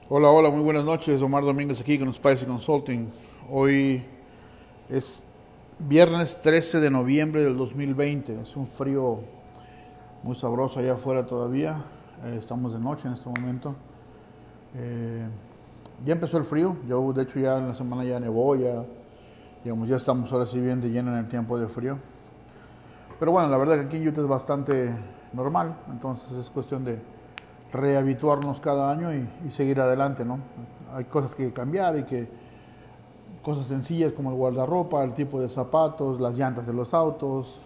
Hola, hola, muy buenas noches. Omar Domínguez aquí con Spicy Consulting. Hoy es viernes 13 de noviembre del 2020. Es un frío muy sabroso allá afuera todavía. Estamos de noche en este momento. Eh, ya empezó el frío. Yo, de hecho, ya en la semana ya nevó. Ya estamos ahora sí bien de lleno en el tiempo de frío. Pero bueno, la verdad que aquí en Utah es bastante normal. Entonces es cuestión de rehabituarnos cada año y seguir adelante, ¿no? Hay cosas que cambiar cosas sencillas como el guardarropa, el tipo de zapatos, las llantas de los autos,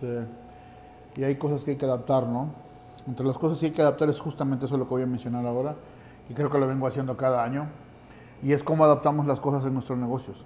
y hay cosas que hay que adaptar, ¿no? Entre las cosas que hay que adaptar es justamente eso lo que voy a mencionar ahora, y creo que lo vengo haciendo cada año, y es cómo adaptamos las cosas en nuestros negocios.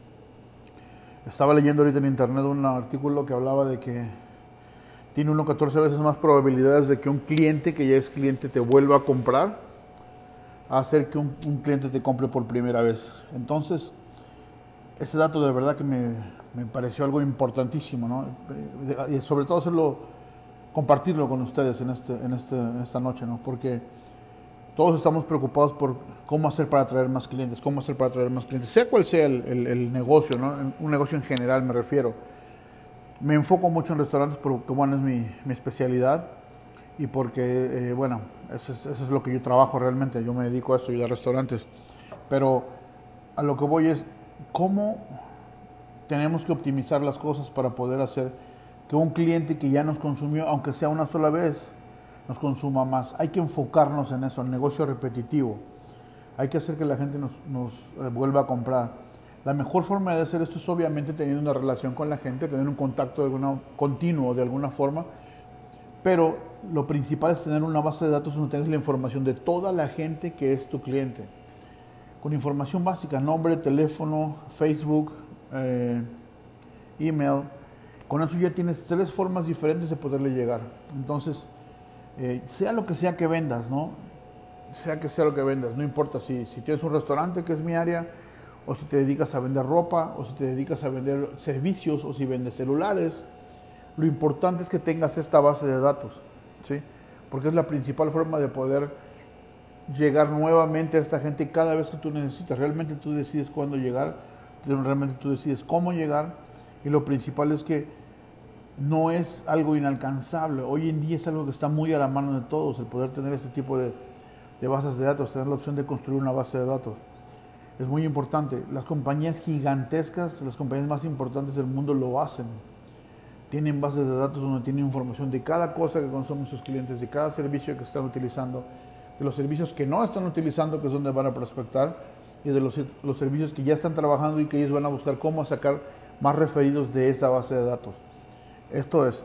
Estaba leyendo ahorita en internet un artículo que hablaba de que tiene uno 14 veces más probabilidades de que un cliente que ya es cliente te vuelva a comprar a hacer que un cliente te compre por primera vez. Entonces, ese dato de verdad que me pareció algo importantísimo, ¿no? Y sobre todo compartirlo con ustedes en esta noche, ¿no? Porque todos estamos preocupados por cómo hacer para atraer más clientes, cómo hacer para atraer más clientes, sea cual sea el negocio, ¿no? Un negocio en general me refiero. Me enfoco mucho en restaurantes porque, bueno, es mi especialidad y porque, bueno, eso es lo que yo trabajo realmente. Yo me dedico a eso, ayudar a restaurantes. Pero a lo que voy es cómo tenemos que optimizar las cosas para poder hacer que un cliente que ya nos consumió, aunque sea una sola vez, nos consuma más. Hay que enfocarnos en eso, el negocio repetitivo. Hay que hacer que la gente nos vuelva a comprar. La mejor forma de hacer esto es obviamente teniendo una relación con la gente, tener un contacto continuo de alguna forma, pero lo principal es tener una base de datos donde tengas la información de toda la gente que es tu cliente. Con información básica, nombre, teléfono, Facebook, email. Con eso ya tienes tres formas diferentes de poderle llegar. Entonces, sea lo que sea que vendas, ¿no? Sea lo que vendas, no importa si tienes un restaurante, que es mi área, o si te dedicas a vender ropa, o si te dedicas a vender servicios, o si vendes celulares. Lo importante es que tengas esta base de datos, ¿sí? Porque es la principal forma de poder llegar nuevamente a esta gente cada vez que tú necesitas. Realmente tú decides cuándo llegar, realmente tú decides cómo llegar, y lo principal es que no es algo inalcanzable. Hoy en día es algo que está muy a la mano de todos, el poder tener este tipo de bases de datos, tener la opción de construir una base de datos. Es muy importante. Las compañías gigantescas, las compañías más importantes del mundo lo hacen. Tienen bases de datos donde tienen información de cada cosa que consumen sus clientes, de cada servicio que están utilizando, de los servicios que no están utilizando, que es donde van a prospectar, y de los servicios que ya están trabajando y que ellos van a buscar cómo sacar más referidos de esa base de datos. Esto es,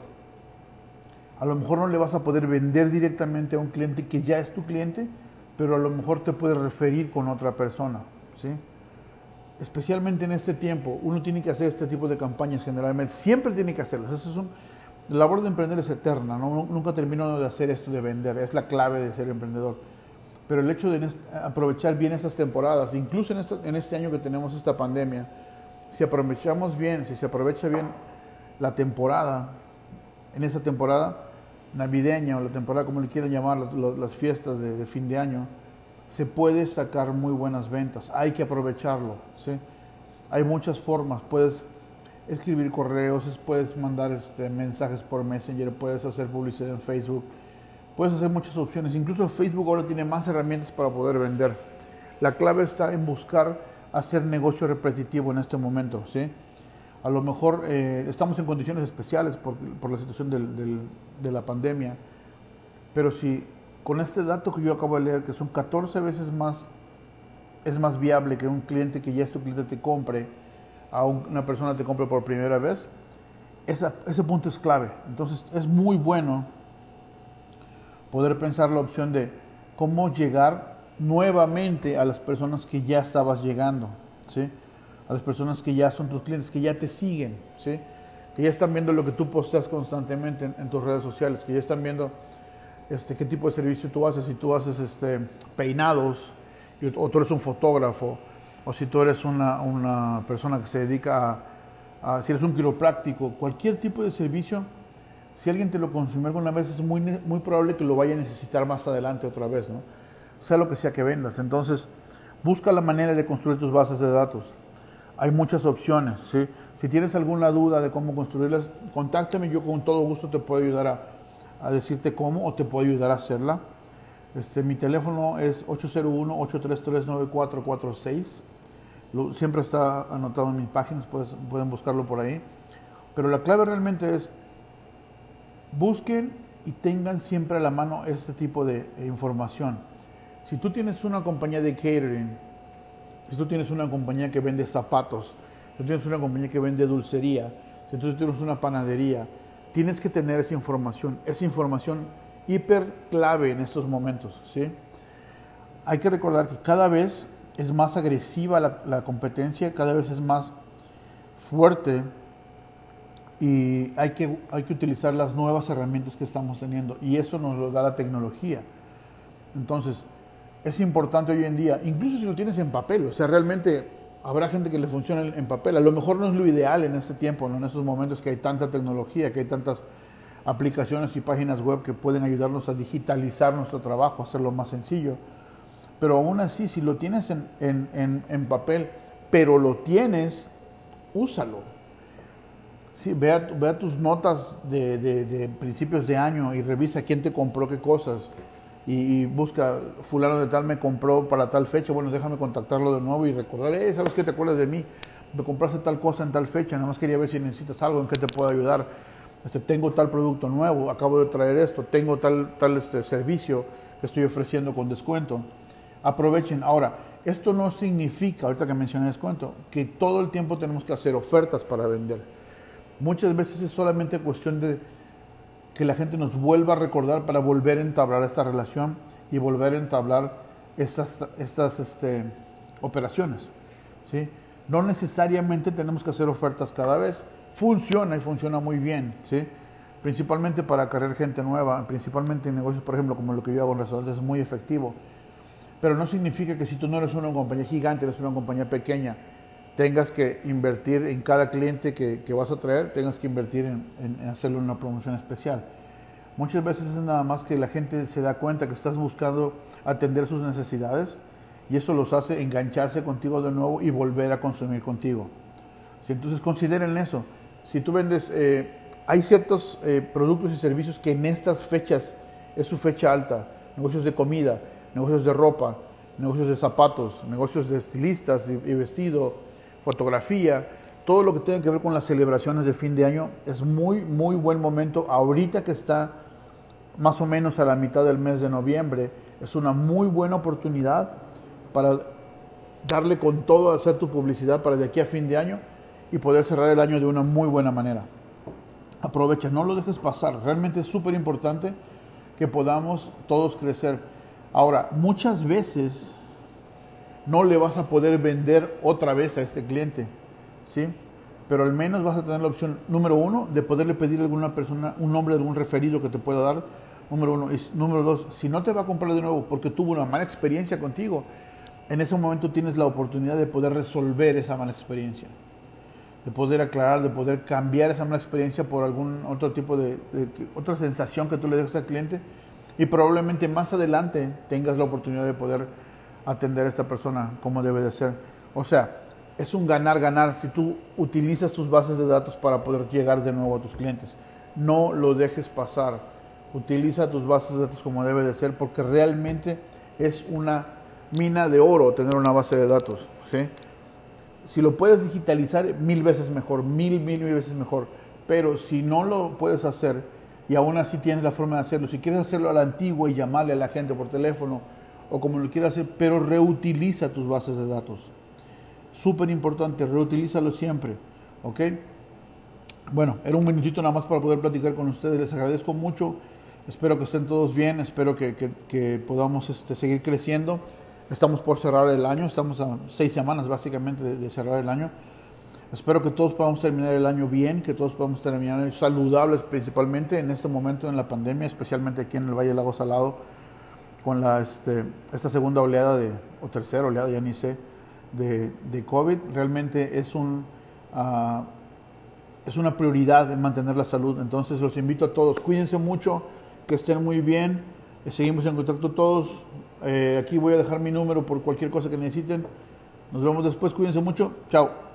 a lo mejor no le vas a poder vender directamente a un cliente que ya es tu cliente, pero a lo mejor te puede referir con otra persona, ¿sí? Especialmente en este tiempo, uno tiene que hacer este tipo de campañas generalmente, siempre tiene que hacerlas. La labor de emprender es eterna, ¿no? Nunca termino de hacer esto de vender, es la clave de ser emprendedor. Pero el hecho de aprovechar bien estas temporadas, incluso en este año que tenemos esta pandemia, si aprovechamos bien, si se aprovecha bien la temporada, en esta temporada navideña o la temporada como le quieran llamar, las fiestas de fin de año, se puede sacar muy buenas ventas. Hay que aprovecharlo, ¿sí? Hay muchas formas. Puedes escribir correos, puedes mandar mensajes por Messenger, puedes hacer publicidad en Facebook, puedes hacer muchas opciones. Incluso Facebook ahora tiene más herramientas para poder vender. La clave está en buscar hacer negocio repetitivo en este momento, ¿sí? A lo mejor estamos en condiciones especiales por la situación de la pandemia, pero si con este dato que yo acabo de leer, que son 14 veces más, es más viable que un cliente que ya es tu cliente te compre, a una persona te compre por primera vez, ese punto es clave. Entonces es muy bueno poder pensar la opción de cómo llegar nuevamente a las personas que ya estabas llegando, ¿sí? A las personas que ya son tus clientes, que ya te siguen, ¿sí? Que ya están viendo lo que tú posteas constantemente en tus redes sociales, que ya están viendo qué tipo de servicio tú haces, si tú haces peinados, o tú eres un fotógrafo, o si tú eres una persona que se dedica si eres un quiropráctico, cualquier tipo de servicio, si alguien te lo consumió alguna vez, es muy probable que lo vaya a necesitar más adelante otra vez, ¿no? sea lo que sea que vendas. Entonces, busca la manera de construir tus bases de datos. Hay muchas opciones, ¿sí? Si tienes alguna duda de cómo construirlas, contáctame, yo con todo gusto te puedo ayudar a decirte cómo o te puedo ayudar a hacerla. Mi teléfono es 801-833-9446. Siempre está anotado en mis páginas, pueden buscarlo por ahí. Pero la clave realmente es, busquen y tengan siempre a la mano este tipo de información. Si tú tienes una compañía de catering, si tú tienes una compañía que vende zapatos, si tú tienes una compañía que vende dulcería, si tú tienes una panadería, tienes que tener esa información hiper clave en estos momentos, ¿sí? Hay que recordar que cada vez es más agresiva la competencia, cada vez es más fuerte y hay que utilizar las nuevas herramientas que estamos teniendo y eso nos lo da la tecnología. Entonces, es importante hoy en día, incluso si lo tienes en papel, o sea, realmente habrá gente que le funcione en papel. A lo mejor no es lo ideal en este tiempo, ¿no? En estos momentos que hay tanta tecnología, que hay tantas aplicaciones y páginas web que pueden ayudarnos a digitalizar nuestro trabajo, hacerlo más sencillo. Pero aún así, si lo tienes en papel, pero lo tienes, úsalo. Sí, ve a tus notas de principios de año y revisa quién te compró qué cosas. Y busca, fulano de tal me compró para tal fecha, bueno, déjame contactarlo de nuevo y recordarle, ¿sabes qué? ¿Te acuerdas de mí? Me compraste tal cosa en tal fecha, nada más quería ver si necesitas algo, en qué te puedo ayudar. Tengo tal producto nuevo, acabo de traer esto, tengo tal servicio que estoy ofreciendo con descuento. Aprovechen. Ahora, esto no significa, ahorita que mencioné descuento, que todo el tiempo tenemos que hacer ofertas para vender. Muchas veces es solamente cuestión de que la gente nos vuelva a recordar para volver a entablar esta relación y volver a entablar estas operaciones, ¿sí? No necesariamente tenemos que hacer ofertas cada vez. Funciona y funciona muy bien, ¿sí? Principalmente para atraer gente nueva, principalmente en negocios, por ejemplo, como lo que yo hago en restaurantes, es muy efectivo. Pero no significa que si tú no eres una compañía gigante, eres una compañía pequeña, tengas que invertir en cada cliente que vas a traer, tengas que invertir en hacerle una promoción especial. Muchas veces es nada más que la gente se da cuenta que estás buscando atender sus necesidades y eso los hace engancharse contigo de nuevo y volver a consumir contigo. ¿Sí? Entonces consideren eso. Si tú vendes, hay ciertos productos y servicios que en estas fechas es su fecha alta, negocios de comida, negocios de ropa, negocios de zapatos, negocios de estilistas y vestido, fotografía, todo lo que tenga que ver con las celebraciones de fin de año es muy, muy buen momento. Ahorita que está más o menos a la mitad del mes de noviembre, es una muy buena oportunidad para darle con todo a hacer tu publicidad para de aquí a fin de año y poder cerrar el año de una muy buena manera. Aprovecha, no lo dejes pasar. Realmente es súper importante que podamos todos crecer. Ahora, muchas veces no le vas a poder vender otra vez a este cliente, ¿sí? Pero al menos vas a tener la opción, número uno, de poderle pedir a alguna persona un nombre de algún referido que te pueda dar, número uno. Y número dos, si no te va a comprar de nuevo porque tuvo una mala experiencia contigo, en ese momento tienes la oportunidad de poder resolver esa mala experiencia, de poder aclarar, de poder cambiar esa mala experiencia por algún otro tipo de otra sensación que tú le dejes al cliente y probablemente más adelante tengas la oportunidad de poder atender a esta persona como debe de ser. O sea, es un ganar-ganar si tú utilizas tus bases de datos para poder llegar de nuevo a tus clientes. No lo dejes pasar. Utiliza tus bases de datos como debe de ser porque realmente es una mina de oro tener una base de datos, ¿sí? Si lo puedes digitalizar, 1000 veces mejor, mil veces mejor. Pero si no lo puedes hacer y aún así tienes la forma de hacerlo, si quieres hacerlo a la antigua y llamarle a la gente por teléfono o como lo quieras hacer, pero reutiliza tus bases de datos. Súper importante, reutilízalo siempre, ¿ok? Bueno, era un minutito nada más para poder platicar con ustedes. Les agradezco mucho. Espero que estén todos bien. Espero que podamos seguir creciendo. Estamos por cerrar el año. Estamos a 6 semanas básicamente de cerrar el año. Espero que todos podamos terminar el año bien, que todos podamos terminar el año saludables principalmente en este momento en la pandemia, especialmente aquí en el Valle del Lago Salado, con esta segunda oleada o tercera oleada, ya ni sé, de COVID. Realmente es una prioridad en mantener la salud. Entonces los invito a todos, cuídense mucho, que estén muy bien, seguimos en contacto todos, Aquí voy a dejar mi número por cualquier cosa que necesiten. Nos vemos después, cuídense mucho. Chao.